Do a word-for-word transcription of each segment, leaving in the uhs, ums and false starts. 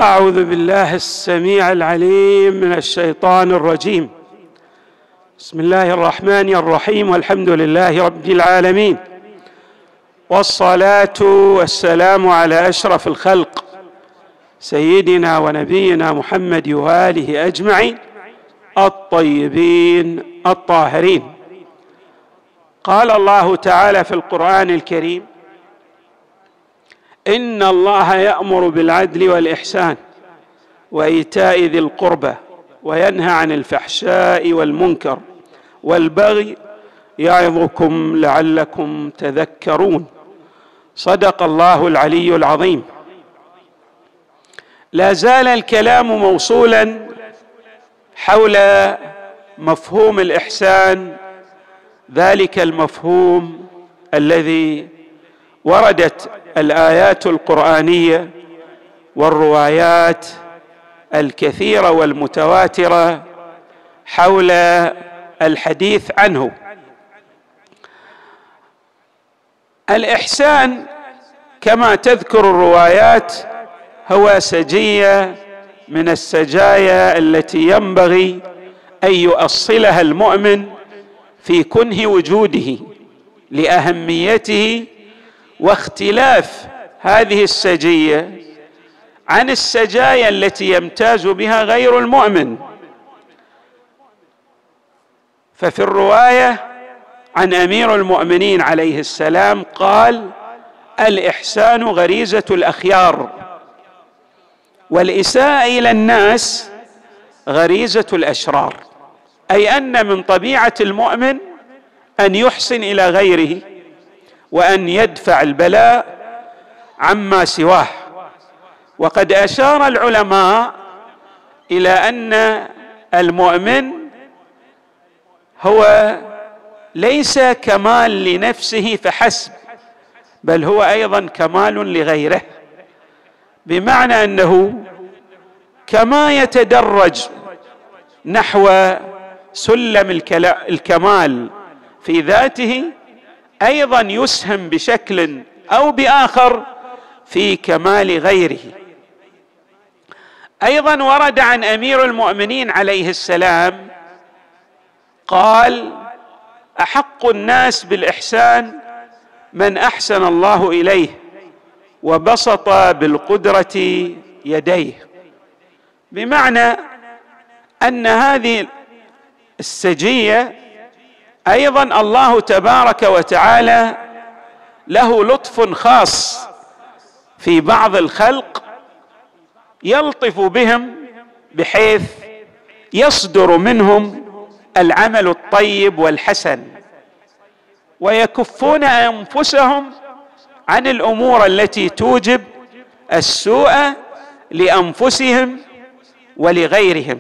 أعوذ بالله السميع العليم من الشيطان الرجيم. بسم الله الرحمن الرحيم، والحمد لله رب العالمين، والصلاة والسلام على أشرف الخلق سيدنا ونبينا محمد وآله أجمعين الطيبين الطاهرين. قال الله تعالى في القرآن الكريم: إن الله يأمر بالعدل والإحسان وإيتاء ذي القربى وينهى عن الفحشاء والمنكر والبغي يعظكم لعلكم تذكرون. صدق الله العلي العظيم. لا زال الكلام موصولا حول مفهوم الإحسان، ذلك المفهوم الذي وردت الآيات القرآنية والروايات الكثيرة والمتواترة حول الحديث عنه. الإحسان كما تذكر الروايات هو سجية من السجايا التي ينبغي أن يؤصلها المؤمن في كنه وجوده لأهميته واختلاف هذه السجية عن السجايا التي يمتاز بها غير المؤمن. ففي الرواية عن أمير المؤمنين عليه السلام قال: الإحسان غريزة الأخيار، والإساءة إلى الناس غريزة الأشرار، أي أن من طبيعة المؤمن أن يحسن إلى غيره وأن يدفع البلاء عما سواه. وقد أشار العلماء إلى أن المؤمن هو ليس كمال لنفسه فحسب، بل هو أيضا كمال لغيره، بمعنى أنه كما يتدرج نحو سلم الكمال في ذاته أيضا يسهم بشكل أو بآخر في كمال غيره. أيضا ورد عن أمير المؤمنين عليه السلام قال: أحق الناس بالإحسان من أحسن الله إليه وبسط بالقدرة يديه، بمعنى أن هذه السجية أيضا الله تبارك وتعالى له لطف خاص في بعض الخلق يلطف بهم بحيث يصدر منهم العمل الطيب والحسن، ويكفون أنفسهم عن الأمور التي توجب السوء لأنفسهم ولغيرهم.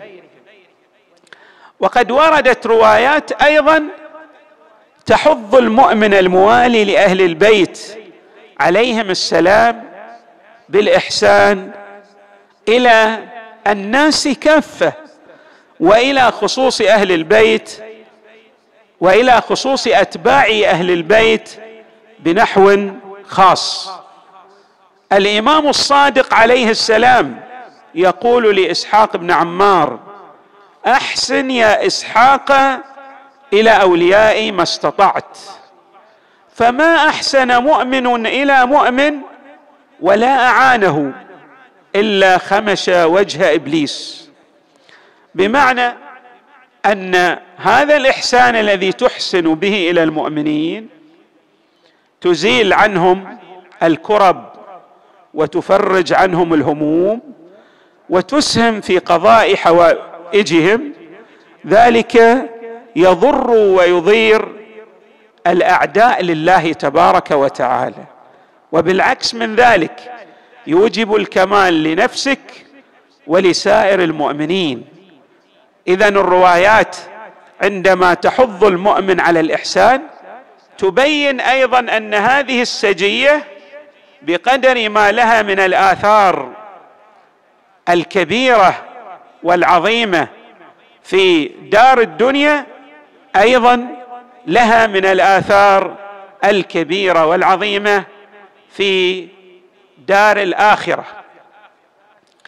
وقد وردت روايات أيضا تحض المؤمن الموالي لأهل البيت عليهم السلام بالإحسان إلى الناس كافة، وإلى خصوص أهل البيت، وإلى خصوص أتباع أهل البيت بنحو خاص. الإمام الصادق عليه السلام يقول لإسحاق بن عمار: أحسن يا إسحاق إلى أوليائي ما استطعت. فما أحسن مؤمن إلى مؤمن ولا أعانه إلا خمش وجه إبليس، بمعنى أن هذا الإحسان الذي تحسن به إلى المؤمنين تزيل عنهم الكرب وتفرج عنهم الهموم وتسهم في قضاء حوائجهم، ذلك يضر ويضير الأعداء لله تبارك وتعالى. وبالعكس من ذلك يوجب الكمال لنفسك ولسائر المؤمنين. إذن الروايات عندما تحض المؤمن على الإحسان تبين أيضا أن هذه السجية بقدر ما لها من الآثار الكبيرة والعظيمة في دار الدنيا أيضا لها من الآثار الكبيرة والعظيمة في دار الآخرة.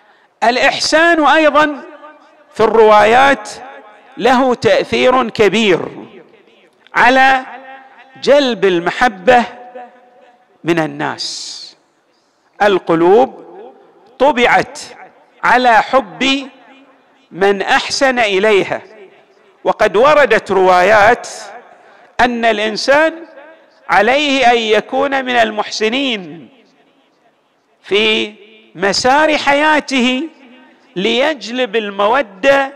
الإحسان أيضا في الروايات له تأثير كبير على جلب المحبة من الناس. القلوب طبعت على حب من أحسن إليها، وقد وردت روايات أن الإنسان عليه أن يكون من المحسنين في مسار حياته ليجلب المودة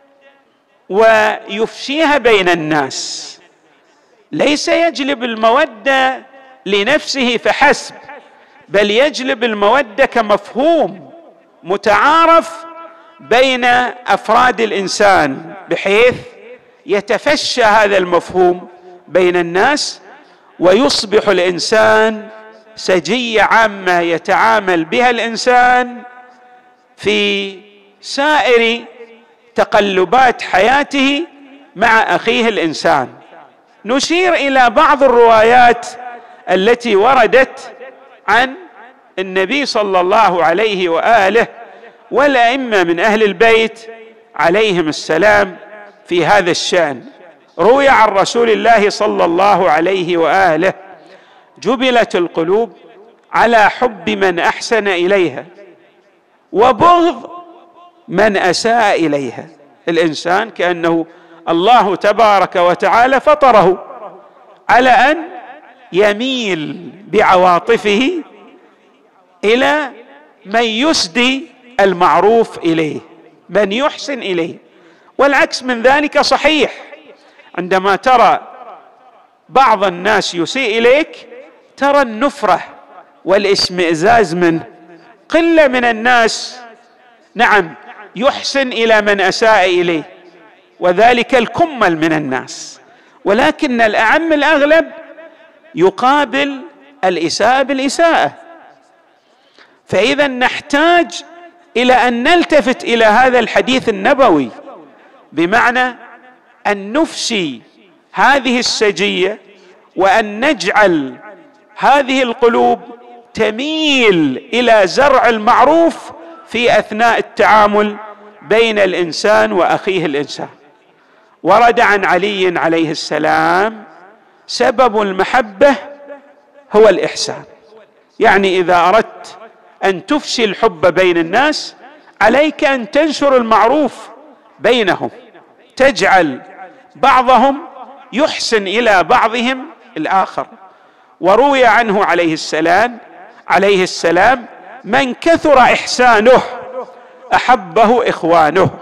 ويفشيها بين الناس، ليس يجلب المودة لنفسه فحسب، بل يجلب المودة كمفهوم متعارف بين أفراد الإنسان، بحيث يتفشى هذا المفهوم بين الناس ويصبح الإنسان سجية عامة يتعامل بها الإنسان في سائر تقلبات حياته مع أخيه الإنسان. نشير إلى بعض الروايات التي وردت عن النبي صلى الله عليه وآله والأئمة من أهل البيت عليهم السلام في هذا الشأن. روي عن رسول الله صلى الله عليه وآله: جبلت القلوب على حب من أحسن إليها وبغض من أساء إليها. الإنسان كأنه الله تبارك وتعالى فطره على أن يميل بعواطفه إلى من يسدي المعروف إليه، من يحسن إليه، والعكس من ذلك صحيح. عندما ترى بعض الناس يسيء إليك ترى النفرة والاشمئزاز منه. قلة من الناس نعم يحسن إلى من أساء إليه، وذلك الكمل من الناس، ولكن الأعم الأغلب يقابل الإساءة بالإساءة. فإذا نحتاج إلى أن نلتفت إلى هذا الحديث النبوي، بمعنى أن نفشي هذه السجية وأن نجعل هذه القلوب تميل إلى زرع المعروف في أثناء التعامل بين الإنسان وأخيه الإنسان. ورد عن علي عليه السلام: سبب المحبة هو الإحسان. يعني إذا أردت أن تفشي الحب بين الناس عليك أن تنشر المعروف بينهم، تجعل بعضهم يحسن إلى بعضهم الآخر. وروي عنه عليه السلام عليه السلام: من كثر إحسانه أحبه إخوانه.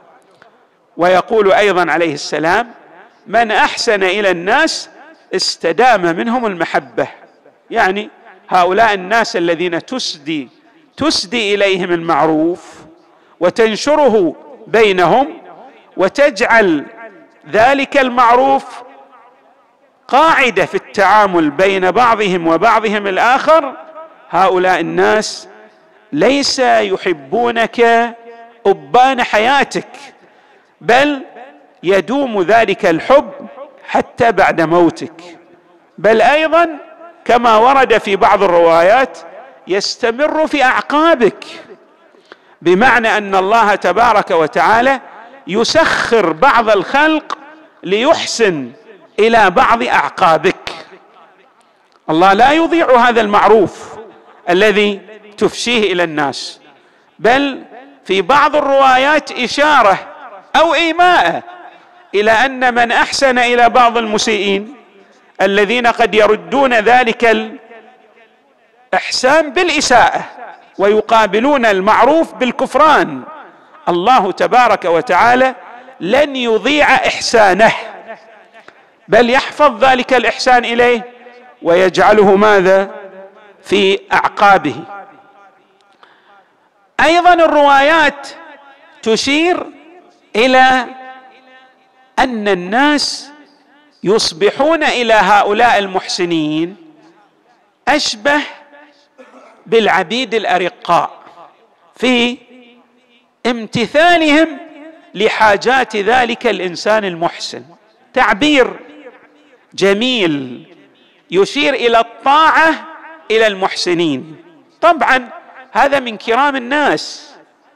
ويقول أيضا عليه السلام: من أحسن إلى الناس استدام منهم المحبة. يعني هؤلاء الناس الذين تسدي تسدي إليهم المعروف وتنشره بينهم وتجعل ذلك المعروف قاعدة في التعامل بين بعضهم وبعضهم الآخر، هؤلاء الناس ليس يحبونك أبان حياتك، بل يدوم ذلك الحب حتى بعد موتك، بل أيضا كما ورد في بعض الروايات يستمر في أعقابك، بمعنى أن الله تبارك وتعالى يسخر بعض الخلق ليحسن إلى بعض أعقابك. الله لا يضيع هذا المعروف الذي تفشيه إلى الناس، بل في بعض الروايات إشارة أو إيماء إلى أن من أحسن إلى بعض المسيئين الذين قد يردون ذلك الإحسان بالإساءة ويقابلون المعروف بالكفران، الله تبارك وتعالى لن يضيع إحسانه، بل يحفظ ذلك الإحسان إليه ويجعله ماذا؟ في أعقابه. أيضا الروايات تشير إلى أن الناس يصبحون إلى هؤلاء المحسنين أشبه بالعبيد الأرقاء في امتثالهم لحاجات ذلك الإنسان المحسن. تعبير جميل يشير إلى الطاعة إلى المحسنين. طبعا هذا من كرام الناس،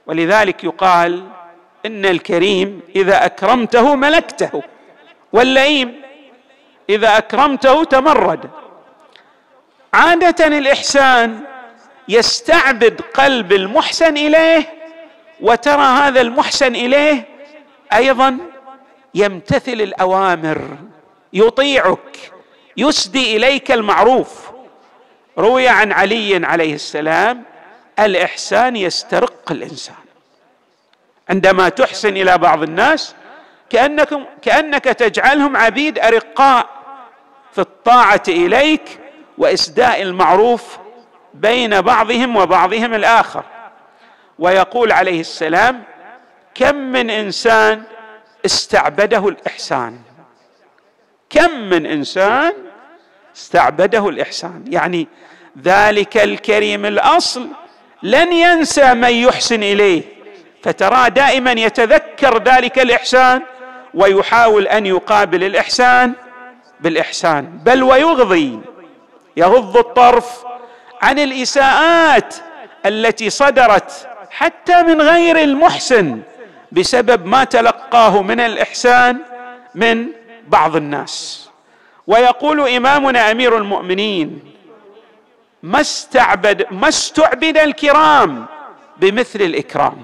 ولذلك يقال إن الكريم إذا أكرمته ملكته، واللئيم إذا أكرمته تمرد. عادة الإحسان يستعبد قلب المحسن إليه، وترى هذا المحسن إليه أيضا يمتثل الأوامر، يطيعك، يسدي إليك المعروف. روي عن علي عليه السلام: الإحسان يسترق الإنسان. عندما تحسن إلى بعض الناس كأنك, كأنك تجعلهم عبيد أرقاء في الطاعة إليك وإسداء المعروف بين بعضهم وبعضهم الآخر. ويقول عليه السلام: كم من إنسان استعبده الإحسان، كم من إنسان استعبده الإحسان. يعني ذلك الكريم الأصل لن ينسى من يحسن إليه، فترى دائما يتذكر ذلك الإحسان ويحاول أن يقابل الإحسان بالإحسان، بل ويغضي يغض الطرف عن الإساءات التي صدرت حتى من غير المحسن بسبب ما تلقاه من الإحسان من بعض الناس. ويقول إمامنا أمير المؤمنين: ما استعبد ما استعبد الكرام بمثل الإكرام.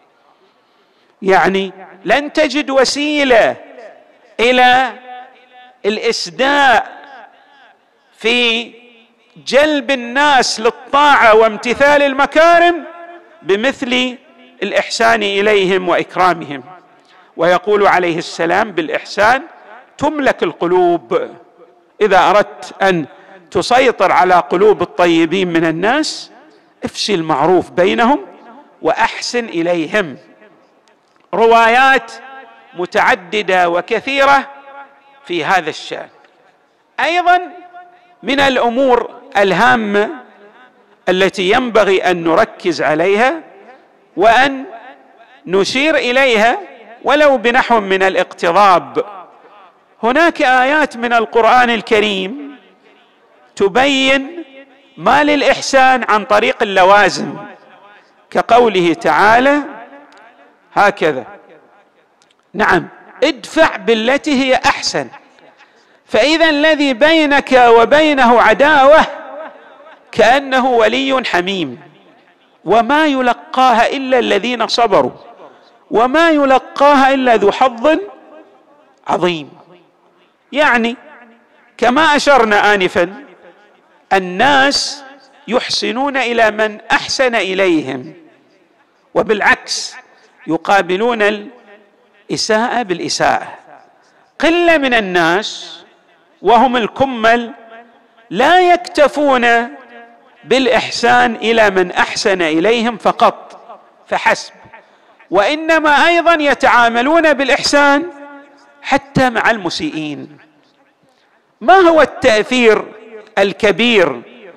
يعني لن تجد وسيلة إلى الإسداء في جلب الناس للطاعة وامتثال المكارم بمثل الإحسان إليهم وإكرامهم. ويقول عليه السلام: بالإحسان تملك القلوب. إذا أردت أن تسيطر على قلوب الطيبين من الناس افشي المعروف بينهم وأحسن إليهم. روايات متعددة وكثيرة في هذا الشأن. أيضا من الأمور الهامة التي ينبغي أن نركز عليها وأن نشير إليها ولو بنحو من الاقتضاب: هناك آيات من القرآن الكريم تبين ما للإحسان عن طريق اللوازم، كقوله تعالى هكذا: نعم، ادفع بالتي هي أحسن فإذا الذي بينك وبينه عداوة كأنه ولي حميم وما يلقاها إلا الذين صبروا وما يلقاها إلا ذو حظ عظيم. يعني كما أشرنا آنفا الناس يحسنون إلى من أحسن إليهم، وبالعكس يقابلون الإساءة بالإساءة. قلة من الناس وهم الكمل لا يكتفون بالإحسان إلى من أحسن إليهم فقط فحسب، وإنما أيضا يتعاملون بالإحسان حتى مع المسيئين. ما هو التأثير الكبير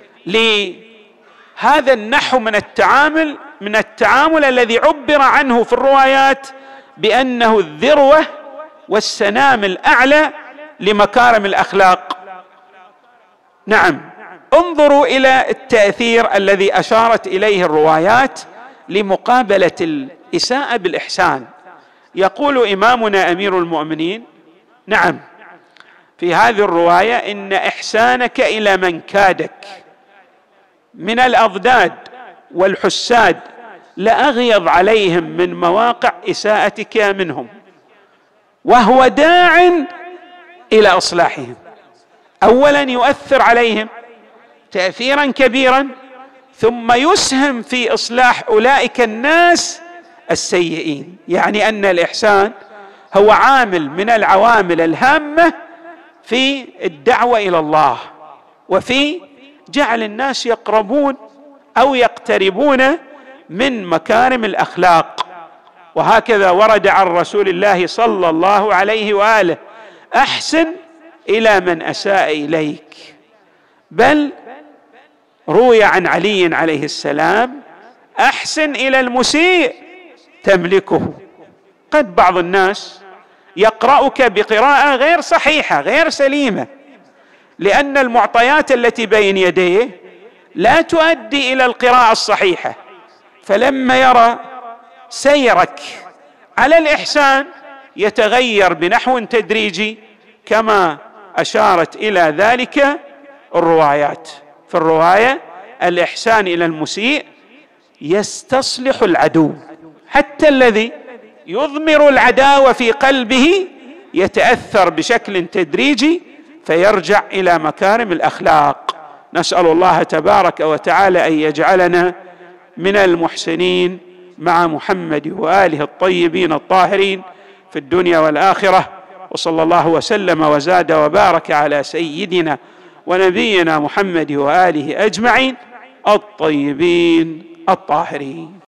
لهذا النحو من التعامل من التعامل الذي عبر عنه في الروايات بأنه الذروة والسنام الأعلى لمكارم الأخلاق؟ نعم، انظروا إلى التأثير الذي أشارت إليه الروايات لمقابلة الإساءة بالإحسان. يقول إمامنا أمير المؤمنين: نعم، في هذه الرواية إن إحسانك إلى من كادك من الأضداد والحساد لأغيظ عليهم من مواقع إساءتك منهم، وهو داع إلى إصلاحهم. أولا يؤثر عليهم تأثيرا كبيرا، ثم يسهم في إصلاح أولئك الناس السيئين. يعني أن الإحسان هو عامل من العوامل الهامة في الدعوة إلى الله وفي جعل الناس يقربون أو يقتربون من مكارم الأخلاق. وهكذا ورد عن رسول الله صلى الله عليه وآله: أحسن إلى من أساء إليك. بل روي عن علي عليه السلام: أحسن إلى المسيء تملكه. قد بعض الناس يقرأك بقراءة غير صحيحة غير سليمة، لأن المعطيات التي بين يديه لا تؤدي إلى القراءة الصحيحة، فلما يرى سيرك على الإحسان يتغير بنحو تدريجي، كما أشارت إلى ذلك الروايات. في الرواية الإحسان إلى المسيء يستصلح العدو، حتى الذي يضمر العداوة في قلبه يتأثر بشكل تدريجي فيرجع إلى مكارم الأخلاق. نسأل الله تبارك وتعالى أن يجعلنا من المحسنين مع محمد وآله الطيبين الطاهرين في الدنيا والآخرة. وصلى الله وسلم وزاد وبارك على سيدنا ونبينا محمد وآله أجمعين الطيبين الطاهرين.